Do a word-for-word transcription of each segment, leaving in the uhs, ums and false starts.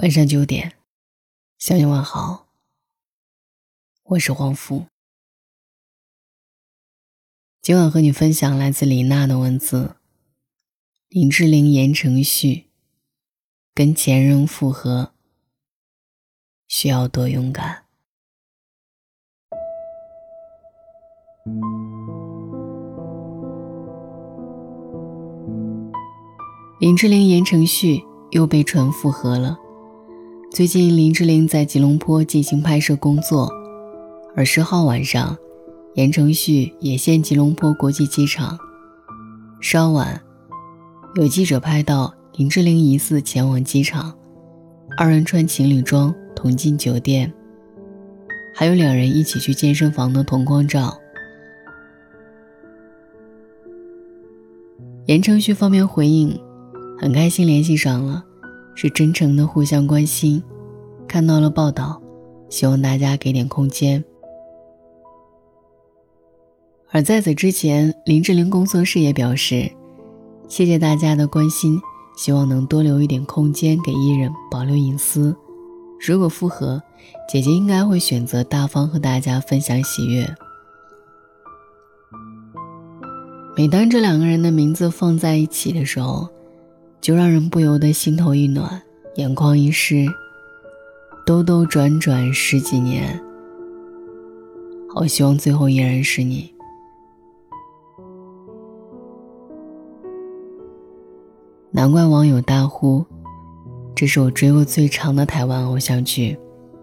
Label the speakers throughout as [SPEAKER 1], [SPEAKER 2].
[SPEAKER 1] 晚上九点，向你问好，我是黄甫。今晚和你分享来自李娜的文字。林志玲言承旭，跟前任复合需要多勇敢。林志玲言承旭又被传复合了。最近林志玲在吉隆坡进行拍摄工作，而十号晚上言承旭也现吉隆坡国际机场。稍晚有记者拍到林志玲疑似前往机场，二人穿情侣装同进酒店，还有两人一起去健身房的同框照。言承旭方面回应，很开心联系上了，是真诚的互相关心，看到了报道，希望大家给点空间。而在此之前，林志玲工作室也表示，谢谢大家的关心，希望能多留一点空间给艺人保留隐私。如果复合，姐姐应该会选择大方和大家分享喜悦。每当这两个人的名字放在一起的时候，就让人不由得心头一暖，眼眶一湿。兜兜转转十几年，好希望最后依然是你。难怪网友大呼，这是我追过最长的台湾偶像剧。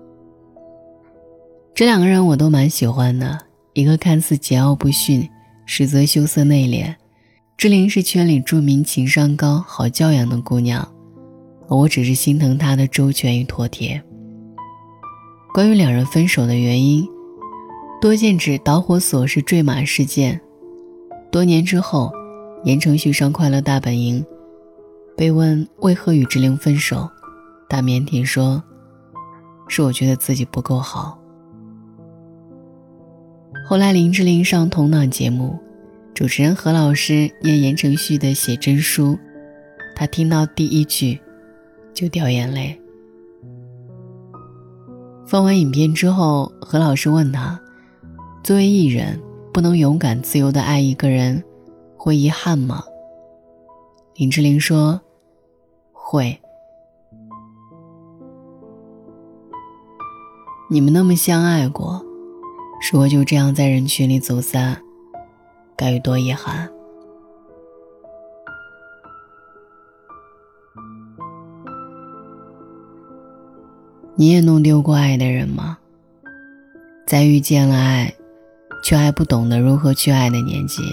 [SPEAKER 1] 这两个人我都蛮喜欢的，一个看似桀骜不驯，实则羞涩内敛。志玲是圈里著名情商高、好教养的姑娘，而我只是心疼她的周全与妥帖。关于两人分手的原因，多见指导火索是坠马事件。多年之后，言承旭上快乐大本营，被问为何与志玲分手，他腼腆说，是我觉得自己不够好。后来林志玲上同档节目，主持人何老师念言承旭的写真书，他听到第一句就掉眼泪。放完影片之后，何老师问他，作为艺人不能勇敢自由地爱一个人，会遗憾吗？林志玲说，会。你们那么相爱过，如果就这样在人群里走散，该有多遗憾。你也弄丢过爱的人吗？在遇见了爱，却还不懂得如何去爱的年纪，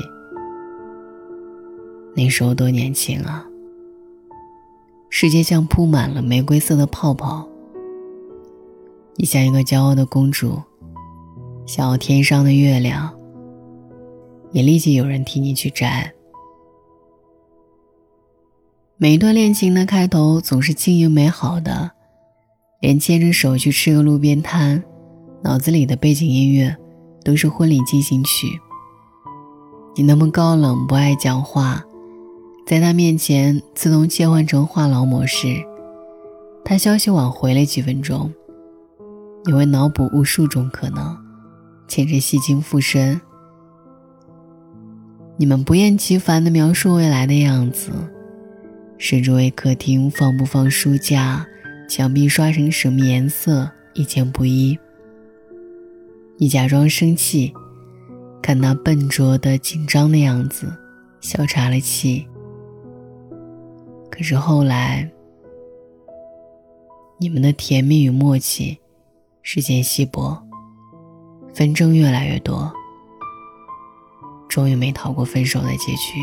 [SPEAKER 1] 那时候多年轻啊！世界像铺满了玫瑰色的泡泡，你像一个骄傲的公主，想要天上的月亮，也立即有人替你去摘。每一段恋情的开头总是轻盈美好的，连牵着手去吃个路边摊，脑子里的背景音乐都是婚礼进行曲。你那么高冷不爱讲话，在他面前自动切换成话痨模式，他消息晚回了几分钟，你会脑补无数种可能，牵着戏精附身。你们不厌其烦地描述未来的样子，甚至为客厅放不放书架，墙壁刷成什么颜色意见不一。你假装生气，看他笨拙的紧张的样子，笑岔了气。可是后来，你们的甜蜜与默契日渐稀薄，纷争越来越多，终于没逃过分手的结局。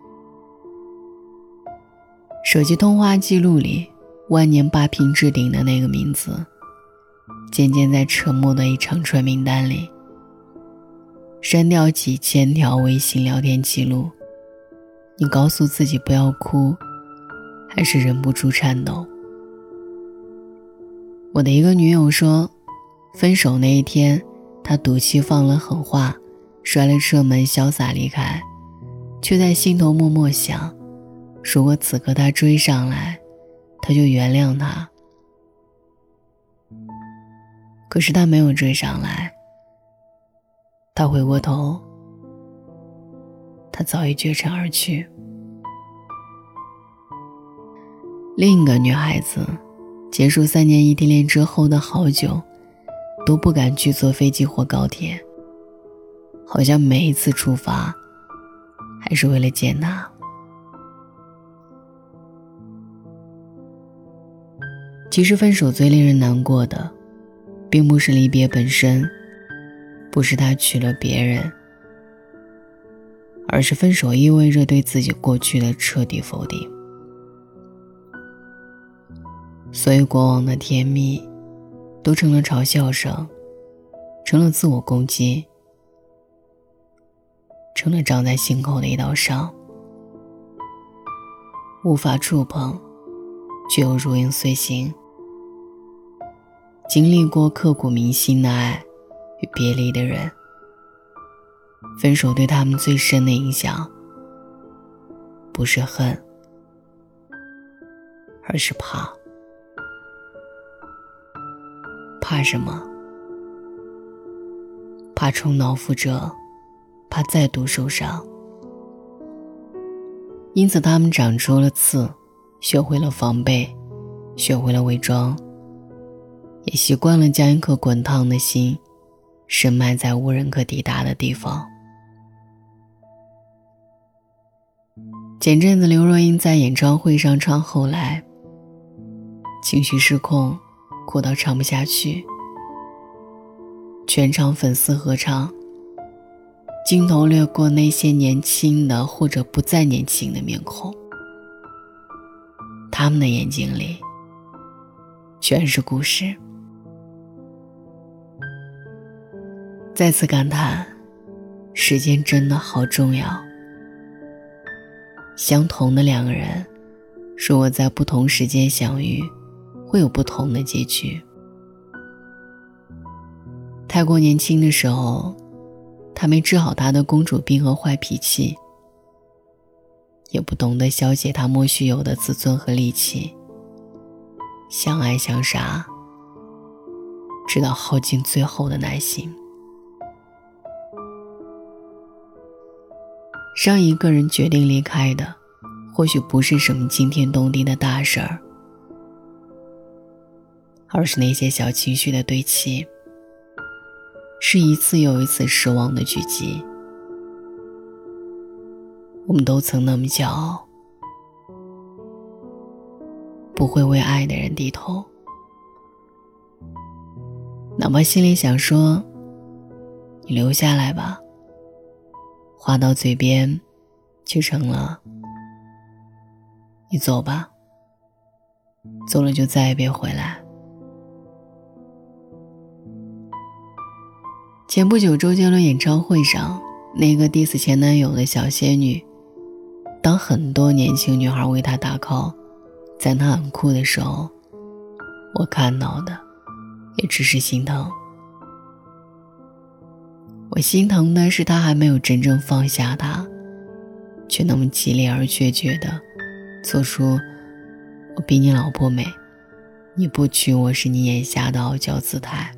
[SPEAKER 1] 手机通话记录里万年霸屏置顶的那个名字，渐渐在沉默的一长串名单里，删掉几千条微信聊天记录。你告诉自己不要哭，还是忍不住颤抖。我的一个女友说，分手那一天，她赌气放了狠话，摔了车门潇洒离开，却在心头默默想，如果此刻他追上来，他就原谅他， 可是他没有追上来，他回过头，他早已绝尘而去。另一个女孩子结束三年异地恋之后的好久都不敢去坐飞机或高铁，好像每一次出发还是为了见他。其实分手最令人难过的并不是离别本身，不是他娶了别人，而是分手意味着对自己过去的彻底否定。所以过往的甜蜜都成了嘲笑声，成了自我攻击，成了长在心口的一道伤，无法触碰却又如影随形。经历过刻骨铭心的爱与别离的人，分手对他们最深的影响不是恨，而是怕。怕什么？怕重蹈覆辙，怕再度受伤。因此他们长出了刺，学会了防备，学会了伪装，也习惯了将一颗滚烫的心深埋在无人可抵达的地方。前阵子刘若英在演唱会上唱《后来》，情绪失控，哭到唱不下去，全场粉丝合唱，镜头掠过那些年轻的或者不再年轻的面孔，他们的眼睛里全是故事。再次感叹，时间真的好重要。相同的两个人，如果在不同时间相遇，会有不同的结局。太过年轻的时候，他没治好他的公主病和坏脾气，也不懂得消解他莫须有的自尊和戾气。相爱相杀，直到耗尽最后的耐心。让一个人决定离开的，或许不是什么惊天动地的大事儿，而是那些小情绪的堆砌，是一次又一次失望的聚集。我们都曾那么骄傲，不会为爱的人低头，哪怕心里想说你留下来吧，话到嘴边却成了你走吧，走了就再也别回来。前不久周杰伦演唱会上，那个 diss 前男友的小仙女，当很多年轻女孩为她打 call， 在她很酷的时候，我看到的也只是心疼。我心疼的是她还没有真正放下他，却那么激烈而决绝的做出我比你老婆美，你不娶我是你眼下的傲娇姿态。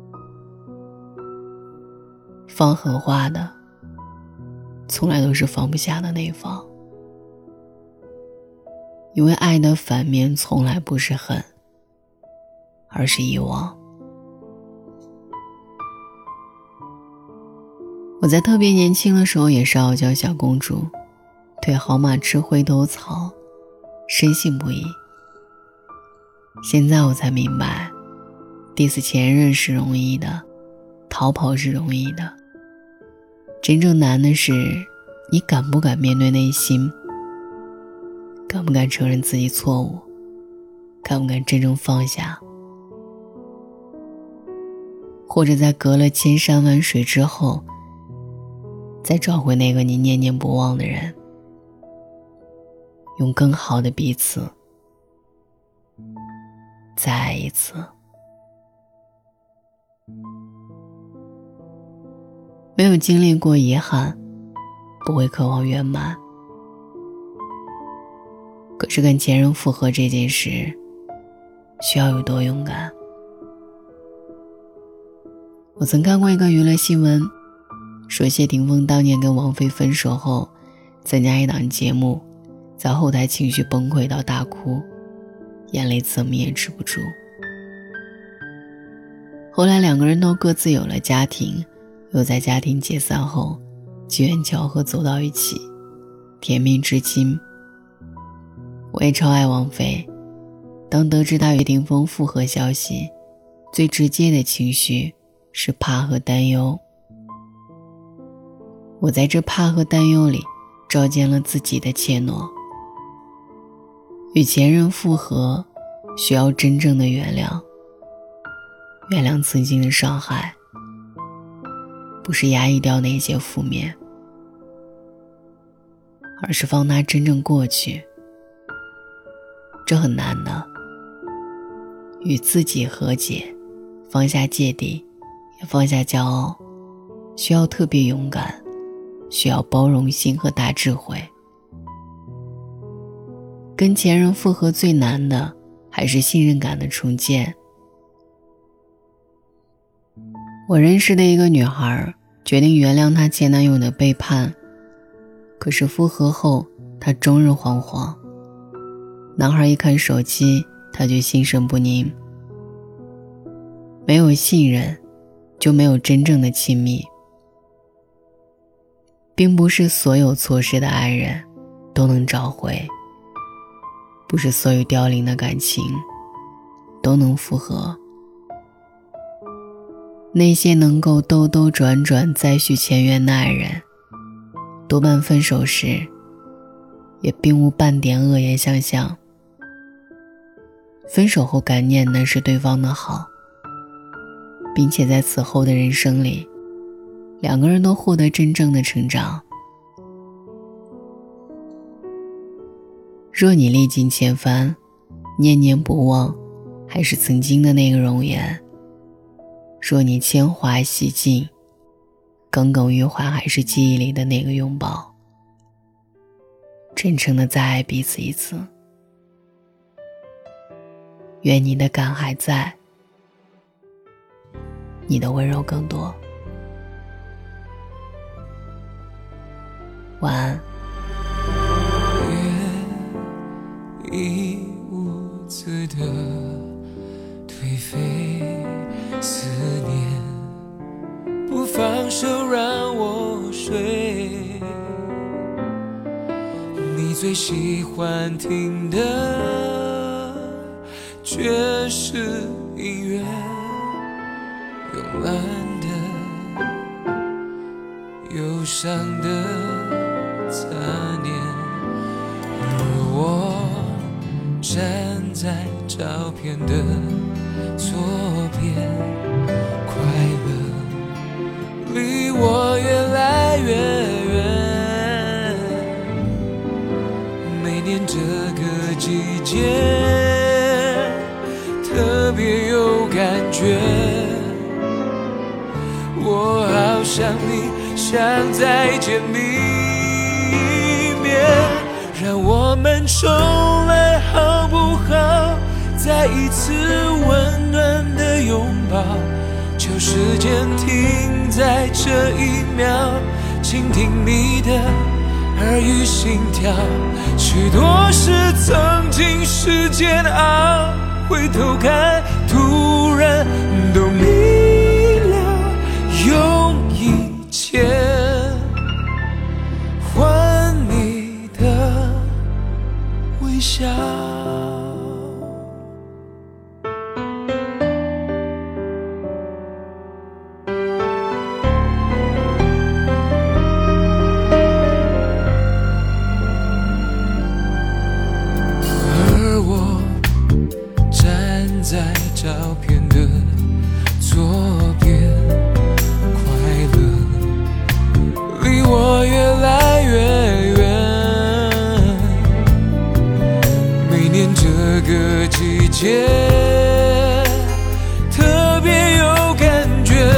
[SPEAKER 1] 放狠话的从来都是放不下的那一方，因为爱的反面从来不是恨，而是遗忘。我在特别年轻的时候也是傲娇小公主，对好马吃回头草深信不疑。现在我才明白， diss 前任是容易的，逃跑是容易的，真正难的是你敢不敢面对内心，敢不敢承认自己错误，敢不敢真正放下，或者在隔了千山万水之后再找回那个你念念不忘的人，用更好的彼此再爱一次。没有经历过遗憾，不会渴望圆满。可是跟前任复合这件事，需要有多勇敢？ 我曾看过一个娱乐新闻，说谢霆锋当年跟王菲分手后，参加一档节目，在后台情绪崩溃到大哭，眼泪怎么也止不住。后来两个人都各自有了家庭，又在家庭解散后机缘巧合走到一起，甜蜜至今。我也超爱王菲，当得知她与霆锋复合消息，最直接的情绪是怕和担忧。我在这怕和担忧里照见了自己的怯懦。与前任复合需要真正的原谅，原谅曾经的伤害，不是压抑掉那些负面，而是放它真正过去。这很难的，与自己和解，放下芥蒂，也放下骄傲，需要特别勇敢，需要包容心和大智慧。跟前任复合最难的还是信任感的重建。我认识的一个女孩决定原谅她前男友的背叛，可是复合后她终日惶惶。男孩一看手机，她就心神不宁。没有信任，就没有真正的亲密。并不是所有错失的爱人都能找回，不是所有凋零的感情都能复合。那些能够兜兜转转再续前缘的爱人，多半分手时也并无半点恶言相向。分手后感念的是对方的好，并且在此后的人生里，两个人都获得真正的成长。若你历尽千帆，念念不忘还是曾经的那个容颜；若你铅华洗尽，耿耿于怀还是记忆里的那个拥抱。真诚地再爱彼此一次。愿你的感还在，你的温柔更多。晚安。
[SPEAKER 2] 越一无字的颓废思念，不放手让我睡。你最喜欢听的却是音乐，慵懒的忧伤的杂念。而我站在照片的左边，快乐离我越来越远。每年这个季节特别有感觉，我好想你，想再见你一面。让我们重来好不好？再一次温暖的拥抱，就时间停在这一秒，倾听你的耳语心跳。许多事曾经是煎熬，回头看突然都明了，用一切换你的微笑。而我站在照片的左边，快乐离我越来越远。每年这个季节特别有感觉，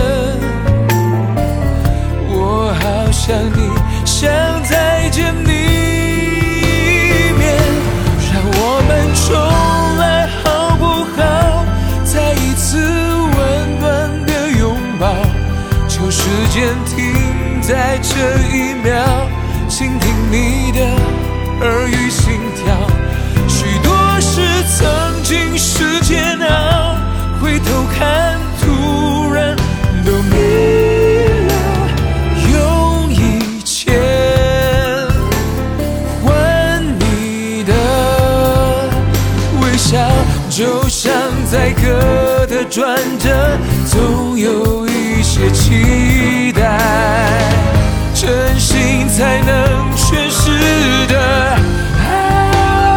[SPEAKER 2] 我好想你，想再见你一面。让我们重来好不好？再一次温暖的拥抱， 在这一秒，倾听你的耳语心跳。许多事曾经是煎熬，回头看突然都明了，用一切换你的微笑，就像在歌的转折，总有一些期待，真心才能诠释的爱。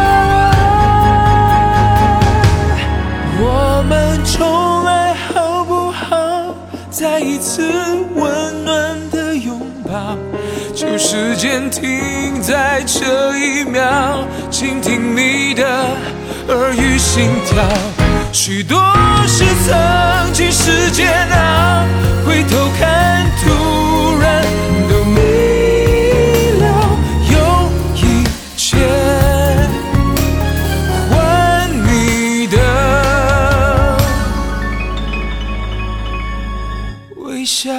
[SPEAKER 2] 我们重来好不好？再一次温暖的拥抱，就时间停在这一秒，倾听你的耳语心跳。许多事曾经是煎熬，回头看突然都明了，用一切换你的微笑。